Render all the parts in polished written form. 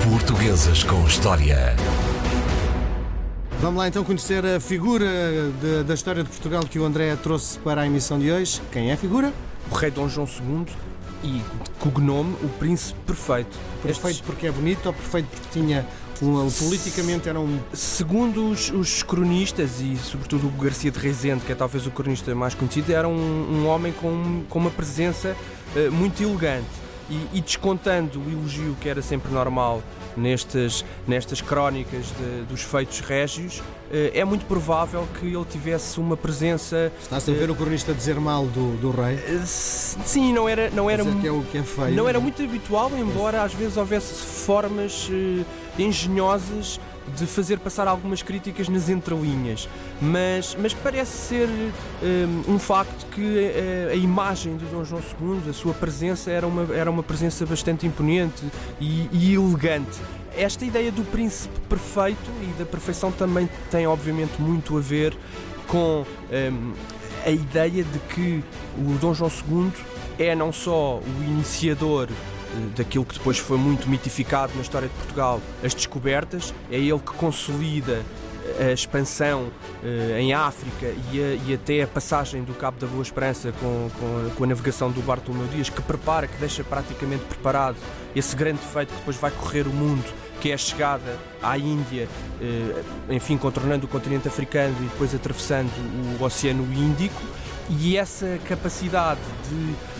Portuguesas com História. Vamos lá então conhecer a figura da história de Portugal que o André trouxe para a emissão de hoje. Quem é a figura? O rei Dom João II e, de cognome, o príncipe perfeito. Perfeito porque é bonito ou perfeito porque tinha politicamente era um... Segundo os cronistas, e sobretudo o Garcia de Rezende, que é talvez o cronista mais conhecido, era um homem com uma presença muito elegante. E descontando o elogio que era sempre normal nestas crónicas dos feitos régios, é muito provável que ele tivesse uma presença... Está-se a ver o cronista dizer mal do rei? Sim, não era que é feio, não era muito habitual, embora às vezes houvesse formas engenhosas de fazer passar algumas críticas nas entrelinhas, mas parece ser um facto que a imagem de Dom João II, a sua presença, era uma presença bastante imponente e elegante. Esta ideia do príncipe perfeito e da perfeição também tem obviamente muito a ver com a ideia de que o Dom João II é não só o iniciador daquilo que depois foi muito mitificado na história de Portugal, as descobertas, é ele que consolida a expansão em África e até a passagem do Cabo da Boa Esperança com a navegação do Bartolomeu Dias, que deixa praticamente preparado esse grande feito que depois vai correr o mundo, que é a chegada à Índia, enfim, contornando o continente africano e depois atravessando o Oceano Índico, e essa capacidade de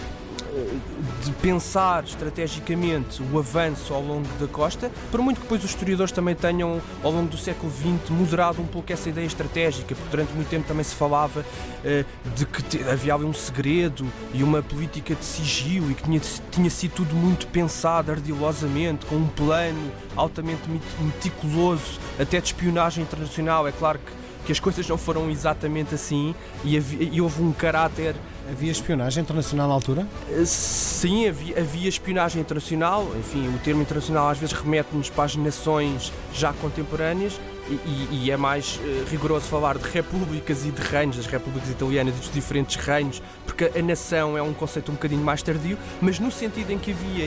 pensar estrategicamente o avanço ao longo da costa, por muito que depois os historiadores também tenham, ao longo do século XX, moderado um pouco essa ideia estratégica, porque durante muito tempo também se falava de que havia ali um segredo e uma política de sigilo e que tinha sido tudo muito pensado ardilosamente, com um plano altamente meticuloso, até de espionagem internacional. É claro que as coisas não foram exatamente assim e houve um caráter... Havia espionagem internacional à altura? Sim, havia espionagem internacional. Enfim, o termo internacional às vezes remete-nos para as nações já contemporâneas e é mais rigoroso falar de repúblicas e de reinos, das repúblicas italianas e dos diferentes reinos, porque a nação é um conceito um bocadinho mais tardio, mas no sentido em que havia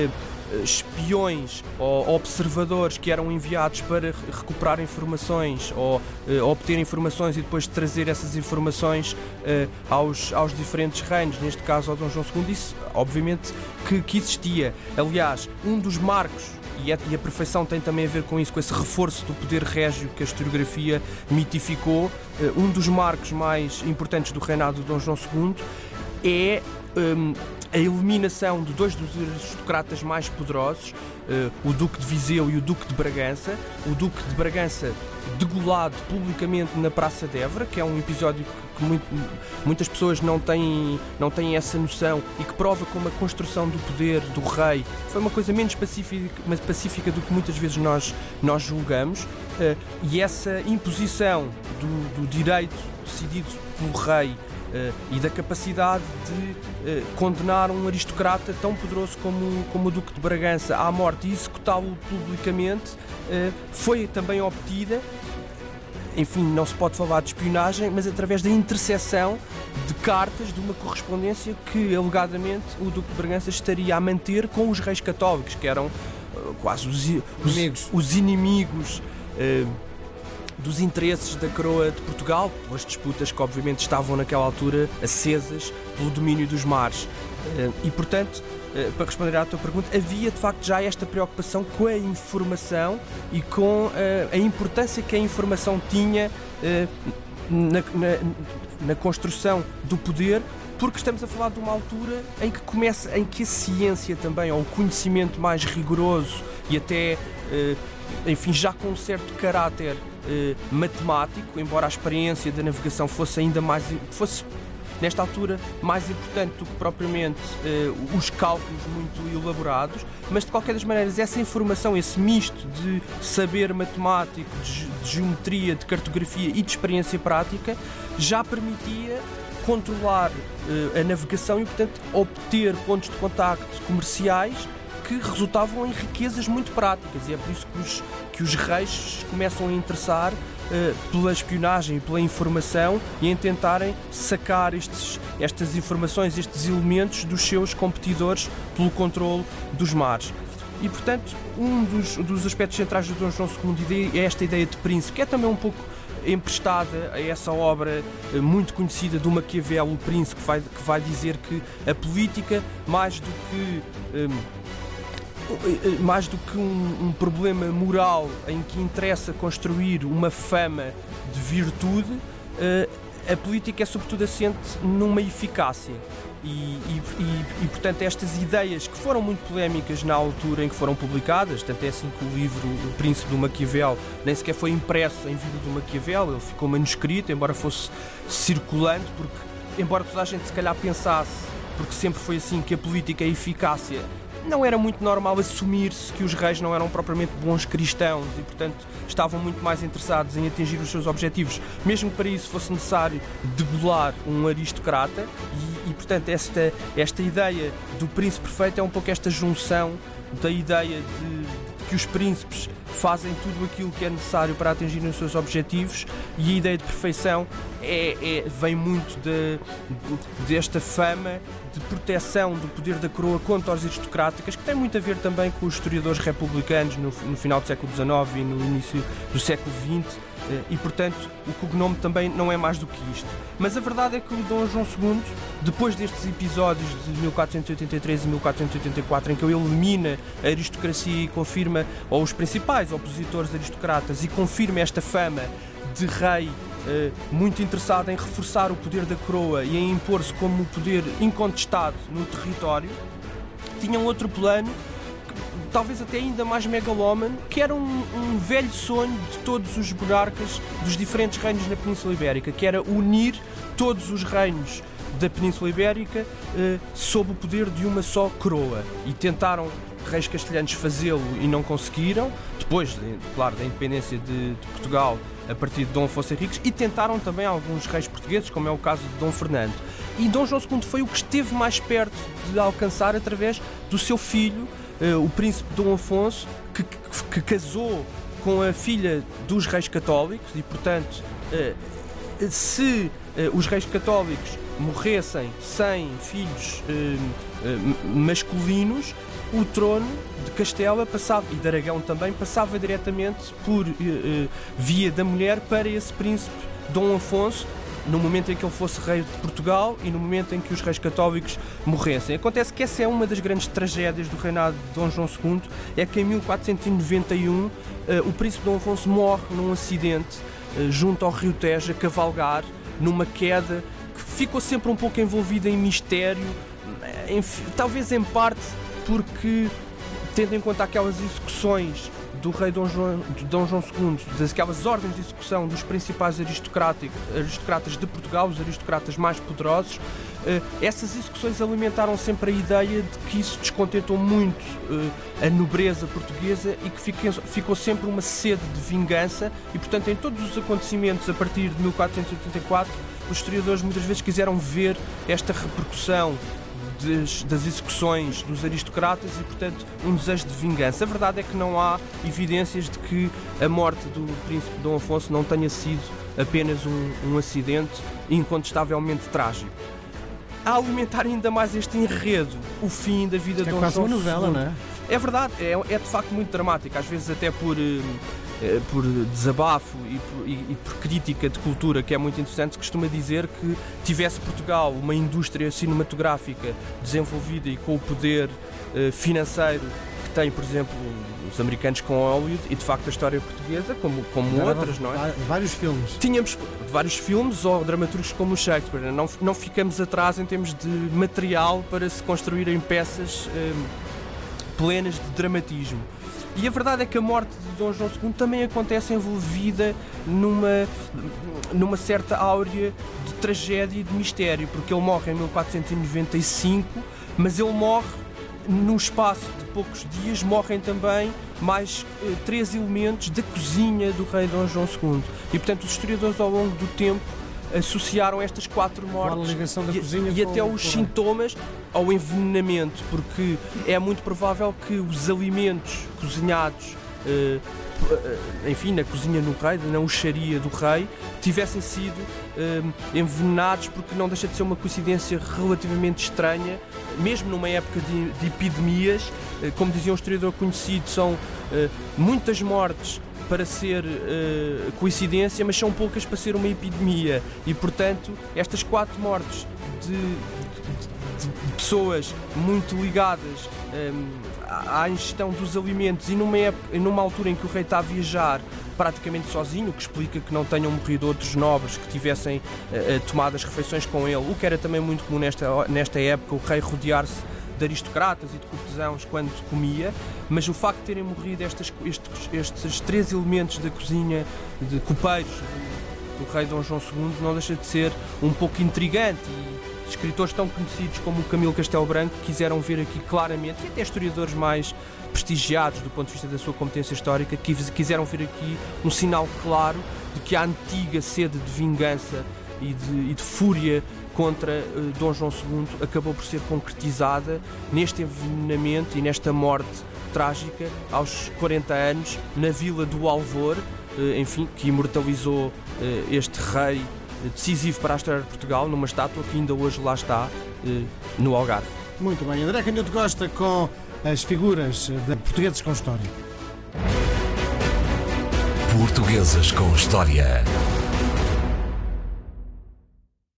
espiões ou observadores que eram enviados para recuperar informações ou obter informações e depois trazer essas informações aos diferentes reinos, neste caso ao Dom João II. Isso obviamente que existia. Aliás, um dos marcos, e a perfeição tem também a ver com isso, com esse reforço do poder régio que a historiografia mitificou, um dos marcos mais importantes do reinado de Dom João II é a eliminação de dois dos aristocratas mais poderosos, o Duque de Viseu e o Duque de Bragança. O Duque de Bragança degolado publicamente na Praça de Évora, que é um episódio que muitas pessoas não têm essa noção, e que prova como a construção do poder do rei foi uma coisa menos pacífica do que muitas vezes nós julgamos, e essa imposição do direito decidido pelo rei e da capacidade de condenar um aristocrata tão poderoso como o Duque de Bragança à morte e executá-lo publicamente foi também obtida, enfim, não se pode falar de espionagem, mas através da interseção de cartas de uma correspondência que alegadamente o Duque de Bragança estaria a manter com os reis católicos, que eram quase os inimigos dos interesses da coroa de Portugal, pelas disputas que obviamente estavam naquela altura acesas pelo domínio dos mares. E portanto, para responder à tua pergunta, havia de facto já esta preocupação com a informação e com a importância que a informação tinha na construção do poder, porque estamos a falar de uma altura em que a ciência também, ou o conhecimento mais rigoroso e até, enfim, já com um certo caráter matemático, embora a experiência da navegação fosse nesta altura mais importante do que propriamente os cálculos muito elaborados, mas de qualquer das maneiras essa informação, esse misto de saber matemático, de geometria, de cartografia e de experiência prática já permitia controlar a navegação e, portanto, obter pontos de contacto comerciais que resultavam em riquezas muito práticas, e é por isso que os reis começam a interessar pela espionagem e pela informação e em tentarem sacar estas informações, estes elementos dos seus competidores pelo controle dos mares. E, portanto, um dos aspectos centrais do Dom João II é esta ideia de príncipe, que é também um pouco emprestada a essa obra muito conhecida do Maquiavel, O Príncipe, que vai dizer que a política, mais do que um problema moral em que interessa construir uma fama de virtude, a política é sobretudo assente numa eficácia. E, portanto, estas ideias que foram muito polémicas na altura em que foram publicadas, tanto é assim que o livro O Príncipe do Maquiavel nem sequer foi impresso em vida do Maquiavel, ele ficou manuscrito, embora fosse circulante, porque, embora toda a gente se calhar pensasse, porque sempre foi assim, que a política é eficácia, não era muito normal assumir-se que os reis não eram propriamente bons cristãos e, portanto, estavam muito mais interessados em atingir os seus objetivos, mesmo que para isso fosse necessário degolar um aristocrata. E portanto, esta ideia do príncipe perfeito é um pouco esta junção da ideia de que os príncipes fazem tudo aquilo que é necessário para atingir os seus objetivos, e a ideia de perfeição vem muito desta fama de proteção do poder da coroa contra os aristocráticos, que tem muito a ver também com os historiadores republicanos no final do século XIX e no início do século XX, e portanto o cognome também não é mais do que isto. Mas a verdade é que o Dom João II, depois destes episódios de 1483 e 1484, em que ele elimina a aristocracia e confirma, ou os principais opositores aristocratas, e confirma esta fama de rei muito interessado em reforçar o poder da coroa e em impor-se como um poder incontestado no território, tinha um outro plano, talvez até ainda mais megalómano, que era um velho sonho de todos os monarcas dos diferentes reinos na Península Ibérica, que era unir todos os reinos da Península Ibérica sob o poder de uma só coroa. E tentaram reis castelhanos fazê-lo e não conseguiram, depois, claro, da independência de Portugal a partir de Dom Afonso Henriques, e tentaram também alguns reis portugueses, como é o caso de Dom Fernando. E Dom João II foi o que esteve mais perto de alcançar através do seu filho, o príncipe Dom Afonso, que casou com a filha dos reis católicos, e portanto, se os reis católicos morressem sem filhos masculinos, o trono de Castela e de Aragão também passava diretamente por via da mulher para esse príncipe Dom Afonso, no momento em que ele fosse rei de Portugal e no momento em que os reis católicos morressem. Acontece que essa é uma das grandes tragédias do reinado de Dom João II, é que em 1491 o príncipe Dom Afonso morre num acidente junto ao Rio Tejo, a cavalgar, numa queda que ficou sempre um pouco envolvida em mistério, talvez em parte porque, tendo em conta aquelas execuções do rei Dom João II, aquelas ordens de execução dos principais aristocratas de Portugal, os aristocratas mais poderosos, essas execuções alimentaram sempre a ideia de que isso descontentou muito a nobreza portuguesa e que ficou sempre uma sede de vingança, e portanto em todos os acontecimentos a partir de 1484 os historiadores muitas vezes quiseram ver esta repercussão das execuções dos aristocratas e, portanto, um desejo de vingança. A verdade é que não há evidências de que a morte do príncipe Dom Afonso não tenha sido apenas um acidente incontestavelmente trágico. A alimentar ainda mais este enredo, o fim da vida de Dom João II. É quase uma novela, não é? É verdade, é de facto muito dramático, às vezes até por desabafo e por crítica de cultura, que é muito interessante. Se costuma dizer que tivesse Portugal uma indústria cinematográfica desenvolvida e com o poder financeiro que tem, por exemplo, os americanos com Hollywood, e de facto a história portuguesa, como outras, não é? Vários filmes. Tínhamos vários filmes ou dramaturgos como o Shakespeare. Não ficamos atrás em termos de material para se construírem peças plenas de dramatismo. E a verdade é que a morte de Dom João II também acontece envolvida numa certa áurea de tragédia e de mistério, porque ele morre em 1495, mas ele morre no espaço de poucos dias, morrem também mais 3 elementos da cozinha do rei Dom João II. E portanto os historiadores ao longo do tempo associaram estas 4 mortes e até os sintomas ao envenenamento, porque é muito provável que os alimentos cozinhados enfim, na cozinha do rei, na hucharia do rei, tivessem sido envenenados, porque não deixa de ser uma coincidência relativamente estranha, mesmo numa época de epidemias. Como dizia um historiador conhecido, são muitas mortes para ser coincidência, mas são poucas para ser uma epidemia, e portanto estas 4 mortes de pessoas muito ligadas à ingestão dos alimentos, e numa altura em que o rei está a viajar praticamente sozinho, o que explica que não tenham morrido outros nobres que tivessem tomado as refeições com ele, o que era também muito comum nesta época, o rei rodear-se de aristocratas e de cortesãos quando comia. Mas o facto de terem morrido estes 3 elementos da cozinha, de copeiros do rei Dom João II, não deixa de ser um pouco intrigante, e escritores tão conhecidos como o Camilo Castelo Branco quiseram ver aqui claramente, e até historiadores mais prestigiados do ponto de vista da sua competência histórica, quiseram ver aqui um sinal claro de que a antiga sede de vingança e de fúria contra Dom João II acabou por ser concretizada neste envenenamento e nesta morte trágica aos 40 anos na vila do Alvor, enfim, que imortalizou este rei decisivo para a história de Portugal numa estátua que ainda hoje lá está, no Algarve. Muito bem, André Canhoto Costa com as figuras de Portugueses com História. Portuguesas com História.